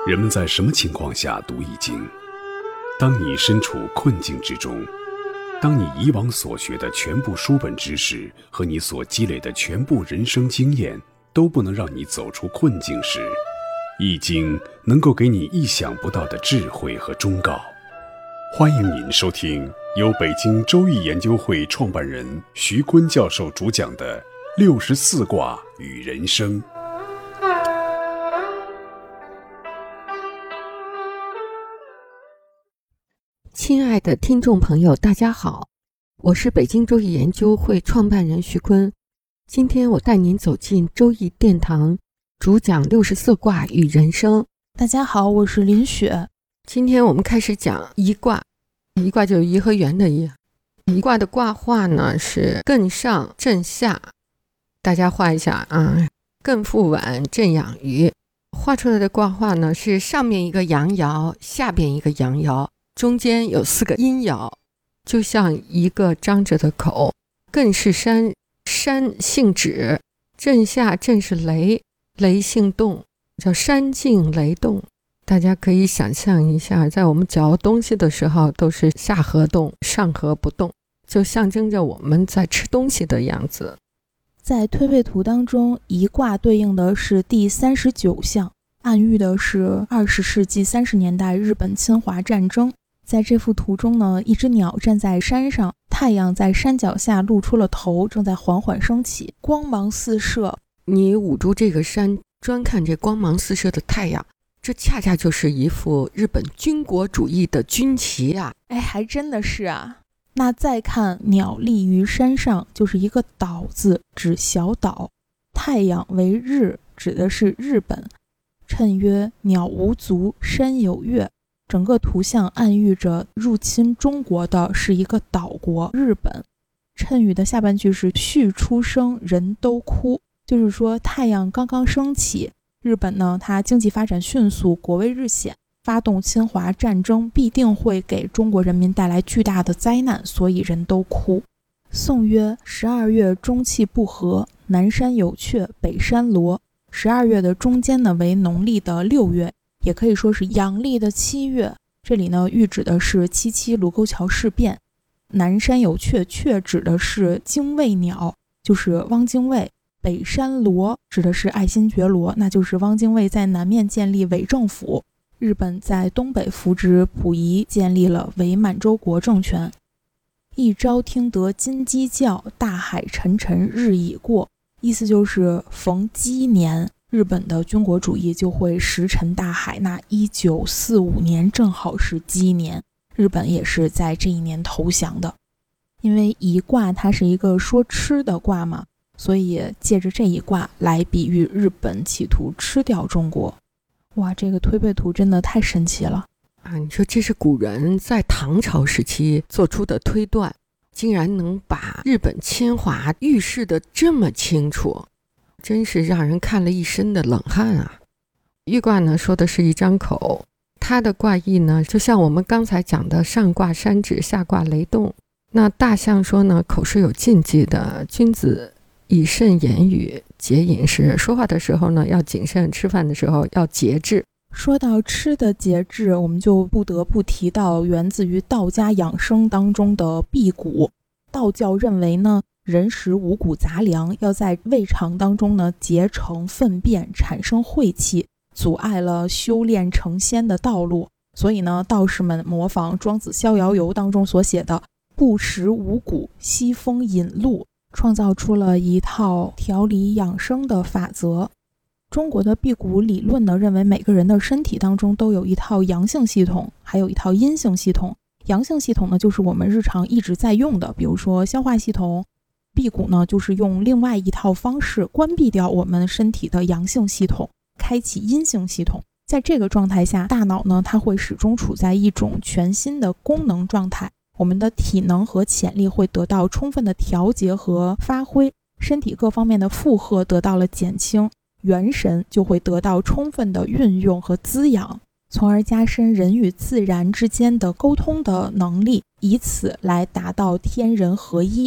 人们在什么情况下读易经？当你身处困境之中，当你以往所学的全部书本知识和你所积累的全部人生经验都不能让你走出困境时，易经能够给你意想不到的智慧和忠告。欢迎您收听由北京周易研究会创办人徐坤教授主讲的64卦与人生。 亲爱的听众朋友，大家好，我是北京周易研究会创办人徐坤。今天我带您走进周易殿堂，主讲64卦与人生。 大家好，我是林雪。 今天我们开始讲一卦，一卦就是颐和园的颐。一卦的卦画呢是艮上震下，大家画一下啊，艮复晚，震养鱼。画出来的卦画呢是上面一个阳爻，下边一个阳爻，中间有4个阴爻，就像一个张着的口。艮是山，山姓止；震下，震是雷，雷姓动，叫山静雷动。大家可以想象一下，在我们嚼东西的时候都是下颌动，上颌不动，就象征着我们在吃东西的样子。 在推背图当中，一卦对应的是第39象，暗喻的是20世纪30年代日本侵华战争。在这幅图中呢，一只鸟站在山上，太阳在山脚下露出了头，正在缓缓升起，光芒四射。 你捂住这个山，专看这光芒四射的太阳，这恰恰就是一幅日本军国主义的军旗啊！ 还真的是啊。那再看鸟立于山上，就是一个岛字，指小岛。太阳为日，指的是日本。谶曰：鸟无足，山有月。整个图像暗喻着入侵中国的是一个岛国日本。谶语的下半句是畜出生，人都哭，就是说太阳刚刚升起，日本呢它经济发展迅速，国威日显，发动侵华战争必定会给中国人民带来巨大的灾难，所以人都哭。宋曰：12月中气不和，南山有雀，北山罗。12月的中间呢为农历的6月，也可以说是阳历的7月。这里呢喻指的是77卢沟桥事变。南山有雀，雀指的是精卫鸟，就是汪精卫。北山罗指的是爱新觉罗，那就是汪精卫在南面建立伪政府，日本在东北扶植溥仪，建立了伪满洲国政权。一朝听得金鸡叫，大海沉沉日已过。意思就是逢鸡年，日本的军国主义就会石沉大海。那1945年正好是鸡年，日本也是在这一年投降的。因为一卦它是一个说吃的卦嘛，所以借着这一卦来比喻日本企图吃掉中国。哇，这个推背图真的太神奇了啊！你说这是古人在唐朝时期做出的推断，竟然能把日本侵华预示得这么清楚，真是让人看了一身的冷汗啊。豫卦呢说的是一张口，它的卦意呢就像我们刚才讲的上卦山指，下卦雷动。那大象说呢，口是有禁忌的，君子以慎言语，节饮食。说话的时候呢要谨慎，吃饭的时候要节制。 说到吃的节制，我们就不得不提到源自于道家养生当中的辟谷。道教认为呢，人食五谷杂粮，要在胃肠当中呢结成粪便，产生晦气，阻碍了修炼成仙的道路。所以呢，道士们模仿庄子逍遥游当中所写的不食五谷，西风饮露，创造出了一套调理养生的法则。中国的辟谷理论呢，认为每个人的身体当中都有一套阳性系统，还有一套阴性系统。阳性系统呢，就是我们日常一直在用的，比如说消化系统。辟谷呢，就是用另外一套方式关闭掉我们身体的阳性系统，开启阴性系统。在这个状态下，大脑呢，它会始终处在一种全新的功能状态，我们的体能和潜力会得到充分的调节和发挥，身体各方面的负荷得到了减轻，元神就会得到充分的运用和滋养，从而加深人与自然之间的沟通的能力，以此来达到天人合一。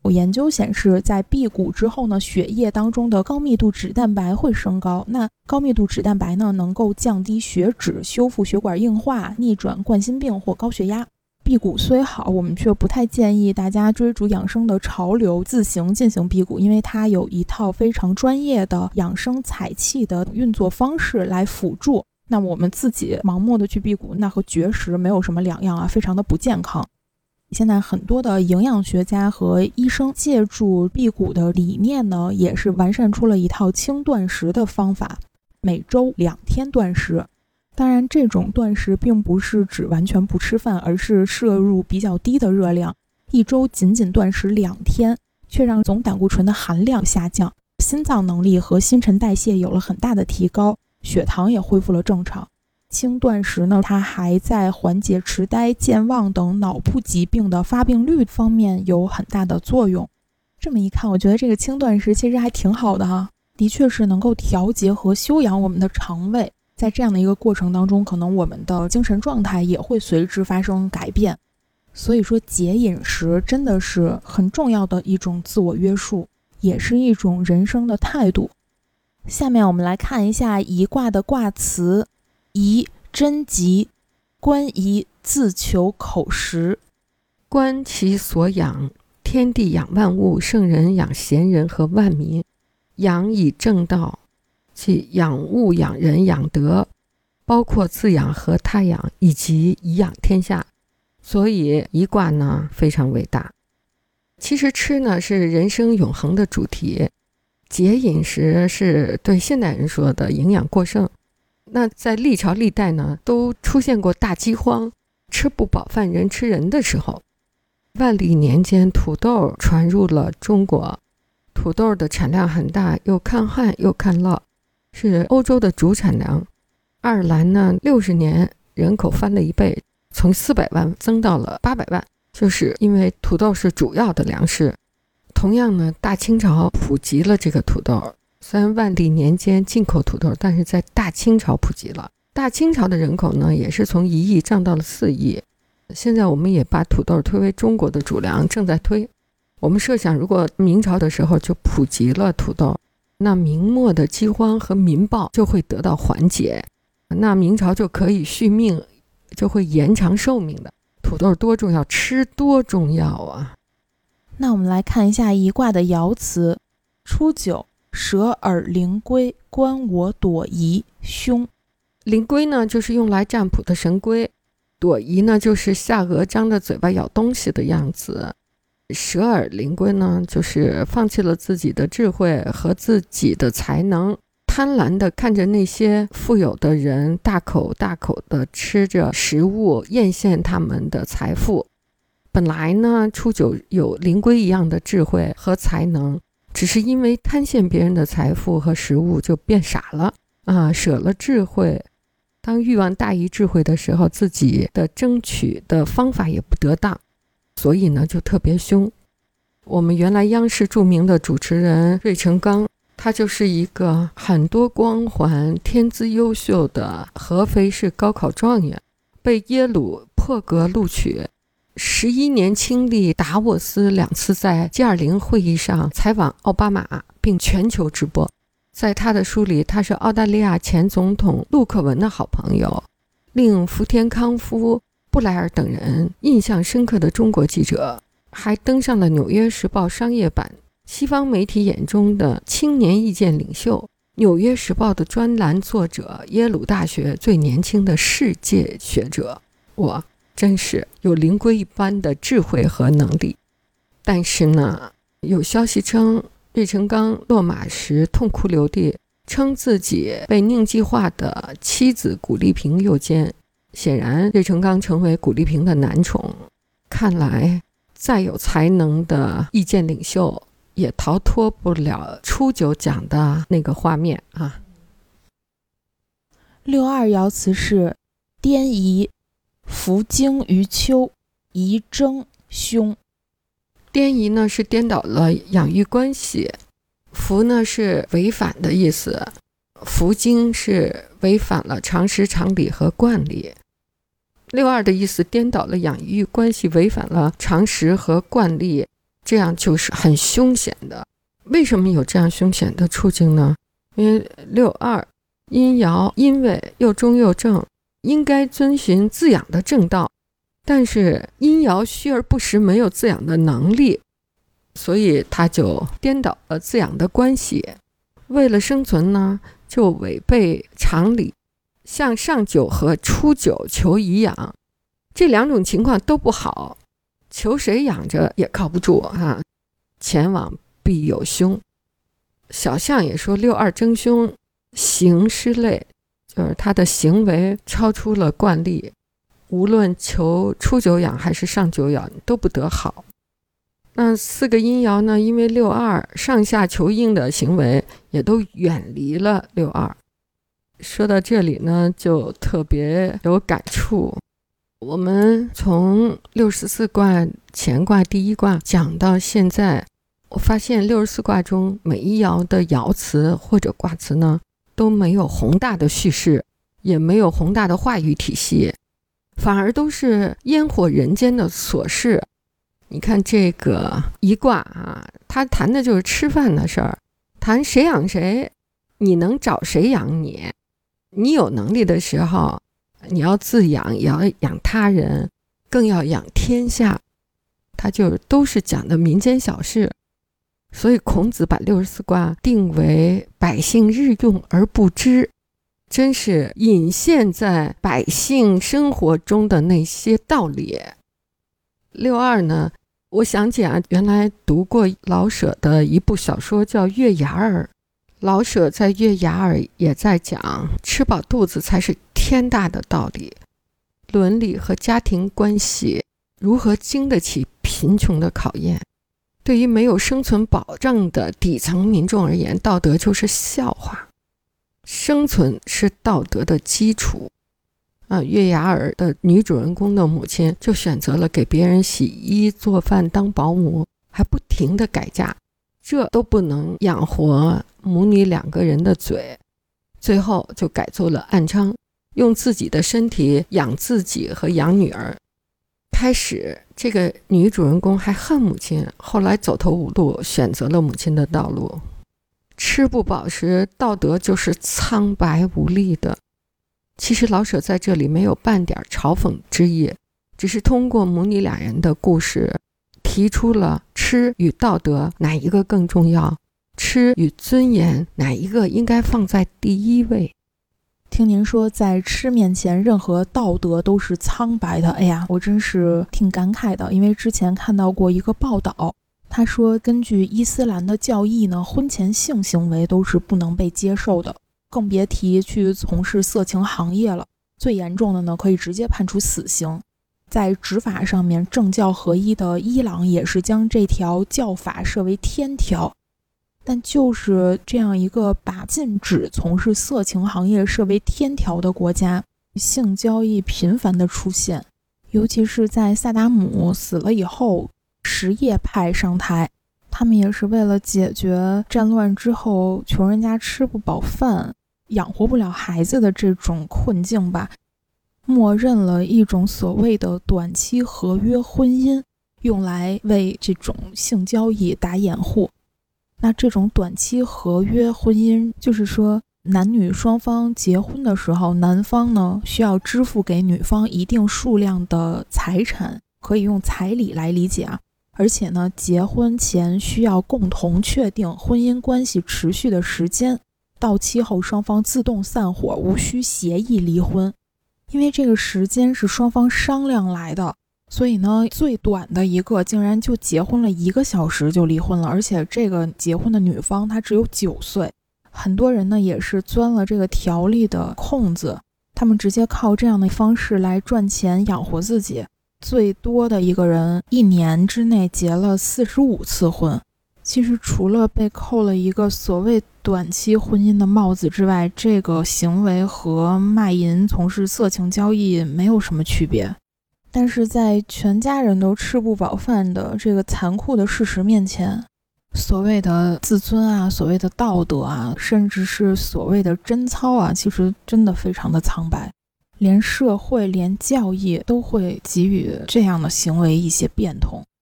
有研究显示，在辟谷之后呢，血液当中的高密度脂蛋白会升高。那高密度脂蛋白呢，能够降低血脂，修复血管硬化，逆转冠心病或高血压。辟谷虽好，我们却不太建议大家追逐养生的潮流，自行进行辟谷，因为它有一套非常专业的养生采气的运作方式来辅助。那我们自己盲目的去辟谷，那和绝食没有什么两样啊，非常的不健康。现在很多的营养学家和医生借助辟谷的理念呢，也是完善出了一套轻断食的方法，每周2天断食。当然，这种断食并不是指完全不吃饭，而是摄入比较低的热量，一周仅断食2天，却让总胆固醇的含量下降，心脏能力和新陈代谢有了很大的提高，血糖也恢复了正常。轻断食呢，它还在缓解痴呆、健忘等脑部疾病的发病率方面有很大的作用。这么一看，我觉得这个轻断食其实还挺好的哈，的确是能够调节和修养我们的肠胃。在这样的一个过程当中，可能我们的精神状态也会随之发生改变。所以说，节饮食真的是很重要的一种自我约束，也是一种人生的态度。下面我们来看一下宜卦的卦辞。宜贞吉，观宜自求口实。 观其所养，天地养万物，圣人养贤人和万民，养以正道，即养物、养人、养德，包括自养和他养，以及颐养天下。所以宜卦呢非常伟大。其实吃呢是人生永恒的主题，节饮食是对现代人说的营养过剩。那在历朝历代呢，都出现过大饥荒，吃不饱饭，人吃人的时候。万历年间，土豆传入了中国，土豆的产量很大，又抗旱又抗涝，是欧洲的主产粮。爱尔兰呢，60年人口翻了1倍，从400万增到了800万，就是因为土豆是主要的粮食。同样呢，大清朝普及了这个土豆。虽然万历年间进口土豆，但是在大清朝普及了。大清朝的人口呢，也是从1亿涨到了4亿。现在我们也把土豆推为中国的主粮，正在推。我们设想，如果明朝的时候就普及了土豆，那明末的饥荒和民暴就会得到缓解，那明朝就可以续命，就会延长寿命的。土豆多重要，吃多重要啊！ 那我们来看一下宜卦的爻辞。初九，蛇耳灵龟，观我朵颐，凶。 灵龟呢，就是用来占卜的神龟；朵颐呢，就是下颚张着嘴巴咬东西的样子。蛇耳灵龟呢，就是放弃了自己的智慧和自己的才能，贪婪地看着那些富有的人大口大口地吃着食物，艳羡他们的财富。本来呢，初九有灵龟一样的智慧和才能，只是因为贪羡别人的财富和食物，就变傻了啊，舍了智慧。当欲望大于智慧的时候，自己的争取的方法也不得当，所以呢就特别凶。我们原来央视著名的主持人芮成钢，他就是一个很多光环、天资优秀的合肥市高考状元，被耶鲁破格录取。11年经历达沃斯2次在 G20 会议上采访奥巴马，并全球直播。在他的书里，他是澳大利亚前总统陆克文的好朋友，令福田康夫、布莱尔等人印象深刻的中国记者，还登上了《纽约时报》商业版，西方媒体眼中的青年意见领袖，《纽约时报》的专栏作者，耶鲁大学最年轻的世界学者。我真是有灵龟一般的智慧和能力。但是呢，有消息称芮成钢落马时痛哭流涕，称自己被宁计划的妻子古丽萍诱奸。显然芮成钢成为古丽萍的男宠，看来再有才能的意见领袖也逃脱不了初九讲的那个画面啊。 62爻辞是颠颐，伏经于丘，颐征，凶。 颠颐呢是颠倒了养育关系，伏呢是违反的意思，伏经是违反了常识常理和惯例。62的意思颠倒了养育关系，违反了常识和惯例。 这样就是很凶险的。为什么有这样凶险的处境呢？因为62阴爻阴位又中又正，应该遵循自养的正道，但是阴爻虚而不实，没有自养的能力，所以他就颠倒了自养的关系。为了生存呢，就违背常理，向上九和初九求颐养，这两种情况都不好，求谁养着也靠不住啊，前往必有凶。小象也说62争凶，行失类，就是他的行为超出了惯例，无论求初九养还是上九养都不得好。那4个阴爻呢，因为62上下求应的行为也都远离了62。说到这里呢，就特别有感触。我们从64卦乾卦第一卦讲到现在，我发现64卦中每一爻的爻辞或者卦辞呢，都没有宏大的叙事，也没有宏大的话语体系，反而都是烟火人间的琐事。你看这个一卦啊，他谈的就是吃饭的事儿，谈谁养谁，你能找谁养你？你有能力的时候，你要自养，也要养他人，更要养天下。他就都是讲的民间小事。所以孔子把64卦定为百姓日用而不知，真是隐现在百姓生活中的那些道理。62呢，我想起啊，原来读过老舍的一部小说叫《月牙儿》，老舍在《月牙儿》也在讲吃饱肚子才是天大的道理，伦理和家庭关系如何经得起贫穷的考验。对于没有生存保障的底层民众而言，道德就是笑话。生存是道德的基础。月牙儿的女主人公的母亲就选择了给别人洗衣做饭当保姆，还不停地改嫁，这都不能养活母女2个人的嘴，最后就改做了暗娼，用自己的身体养自己和养女儿。开始这个女主人公还恨母亲，后来走投无路，选择了母亲的道路。吃不饱时，道德就是苍白无力的。其实老舍在这里没有半点嘲讽之意，只是通过母女2人的故事，提出了吃与道德哪一个更重要，吃与尊严哪一个应该放在第一位。 听您说在吃面前任何道德都是苍白的，哎呀，我真是挺感慨的。因为之前看到过一个报道，他说根据伊斯兰的教义呢，婚前性行为都是不能被接受的，更别提去从事色情行业了。最严重的呢，可以直接判处死刑。在执法上面，政教合一的伊朗也是将这条教法设为天条。但就是这样一个把禁止从事色情行业设为天条的国家，性交易频繁的出现。尤其是在萨达姆死了以后，什叶派上台，他们也是为了解决战乱之后穷人家吃不饱饭，养活不了孩子的这种困境吧，默认了一种所谓的短期合约婚姻，用来为这种性交易打掩护。那这种短期合约婚姻，就是说男女双方结婚的时候，男方呢需要支付给女方一定数量的财产，可以用彩礼来理解啊。而且呢，结婚前需要共同确定婚姻关系持续的时间，到期后双方自动散伙，无需协议离婚。因为这个时间是双方商量来的，所以呢，最短的一个竟然就结婚了1个小时就离婚了，而且这个结婚的女方她只有9岁。很多人呢也是钻了这个条例的空子，他们直接靠这样的方式来赚钱养活自己。最多的一个人1年之内结了45次婚。其实除了被扣了一个所谓短期婚姻的帽子之外，这个行为和卖淫从事色情交易没有什么区别。但是在全家人都吃不饱饭的这个残酷的事实面前，所谓的自尊啊，所谓的道德啊，甚至是所谓的贞操啊，其实真的非常的苍白。连社会连教义都会给予这样的行为一些变通。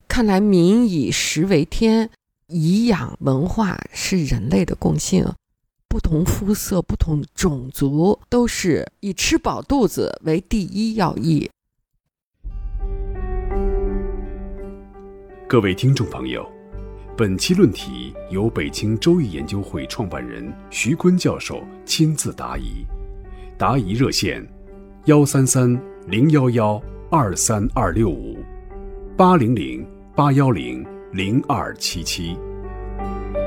看来民以食为天，以养文化是人类的共性。不同肤色、不同种族都是以吃饱肚子为第一要义。 各位听众朋友，本期论题由北京周易研究会创办人徐坤教授亲自答疑，答疑热线133-011-23265，800-810-0277。